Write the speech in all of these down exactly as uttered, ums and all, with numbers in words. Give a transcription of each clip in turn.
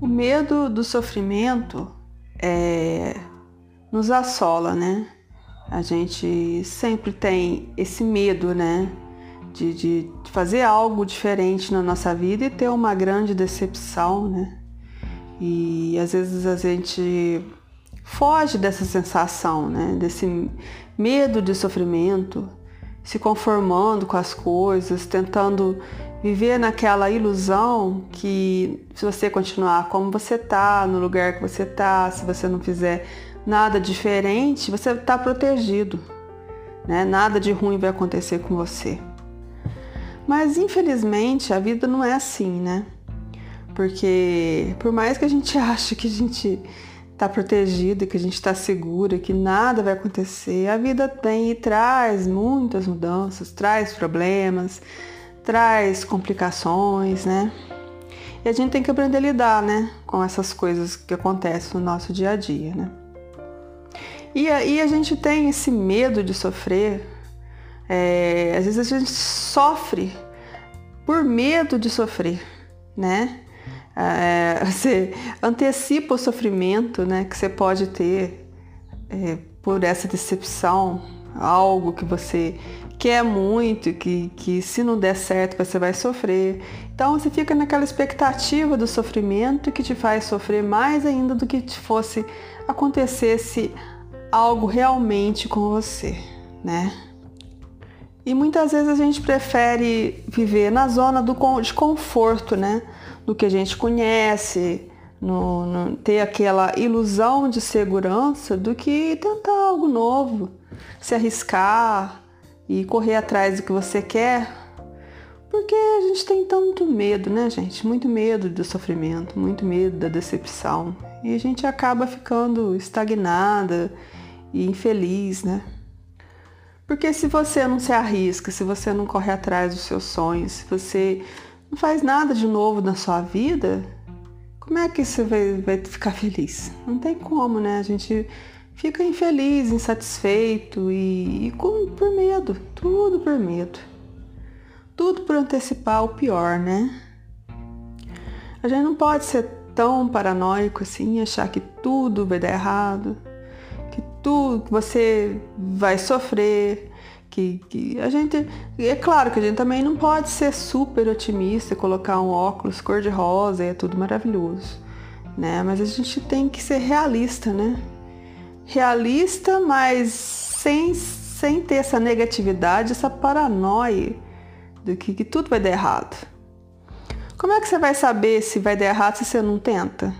O medo do sofrimento é, nos assola, né? A gente sempre tem esse medo, né? De, de fazer algo diferente na nossa vida e ter uma grande decepção, né? E às vezes a gente foge dessa sensação, né? Desse medo de sofrimento, se conformando com as coisas, tentando viver naquela ilusão que se você continuar como você tá, no lugar que você tá, se você não fizer nada diferente, você está protegido, né? Nada de ruim vai acontecer com você. Mas infelizmente a vida não é assim, né? Porque por mais que a gente ache que a gente está protegido, que a gente está segura, que nada vai acontecer, a vida tem e traz muitas mudanças, traz problemas, traz complicações, né? E a gente tem que aprender a lidar, né, com essas coisas que acontecem no nosso dia a dia, né? E aí a gente tem esse medo de sofrer, é, às vezes a gente sofre por medo de sofrer, né? É, você antecipa o sofrimento, né, que você pode ter é, por essa decepção, algo que você quer muito, que, que se não der certo você vai sofrer. Então você fica naquela expectativa do sofrimento que te faz sofrer mais ainda do que se fosse acontecesse algo realmente com você, né? E muitas vezes a gente prefere viver na zona do, de conforto, né? Do que a gente conhece, no, no, ter aquela ilusão de segurança do que tentar algo novo, se arriscar e correr atrás do que você quer, porque a gente tem tanto medo, né, gente? Muito medo do sofrimento, muito medo da decepção, e a gente acaba ficando estagnada e infeliz, né? Porque se você não se arrisca, se você não corre atrás dos seus sonhos, se você não faz nada de novo na sua vida, como é que você vai, vai ficar feliz? Não tem como, né? A gente fica infeliz, insatisfeito e, e com, por medo, tudo por medo. Tudo por antecipar o pior, né? A gente não pode ser tão paranoico assim, achar que tudo vai dar errado, que tudo, que você vai sofrer, que, que a gente... É claro que a gente também não pode ser super otimista, colocar um óculos cor-de-rosa e é tudo maravilhoso, né? Mas a gente tem que ser realista, né? Realista, mas sem, sem ter essa negatividade, essa paranoia de que, que tudo vai dar errado. Como é que você vai saber se vai dar errado se você não tenta?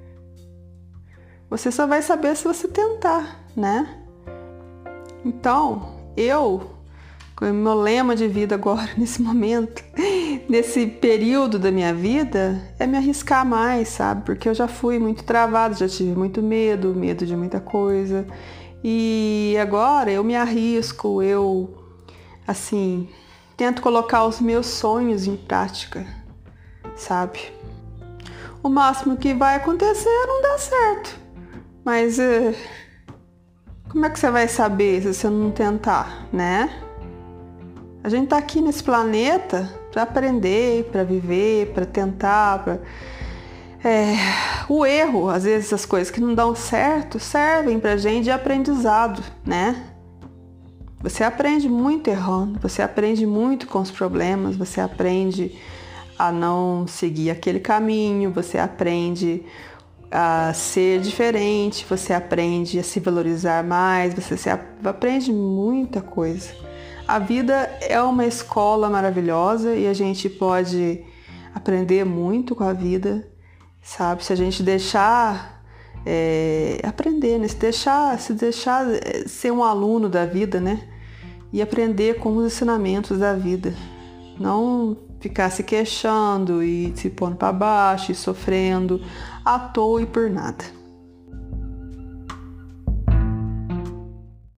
Você só vai saber se você tentar, né? Então, eu, com o meu lema de vida agora, nesse momento, nesse período da minha vida, é me arriscar mais, sabe? Porque eu já fui muito travada, já tive muito medo, medo de muita coisa. E agora eu me arrisco, eu, assim, tento colocar os meus sonhos em prática, sabe? O máximo que vai acontecer é não dar certo. Mas uh, como é que você vai saber se você não tentar, né? A gente tá aqui nesse planeta para aprender, para viver, para tentar, pra... É, o erro, às vezes as coisas que não dão certo servem pra gente de aprendizado, né? Você aprende muito errando, você aprende muito com os problemas, você aprende a não seguir aquele caminho, você aprende a ser diferente, você aprende a se valorizar mais, você se aprende muita coisa. A vida é uma escola maravilhosa e a gente pode aprender muito com a vida, sabe? Se a gente deixar é, aprender, né? Se deixar, se deixar ser um aluno da vida, né? E aprender com os ensinamentos da vida. Não ficar se queixando e se pondo para baixo e sofrendo à toa e por nada.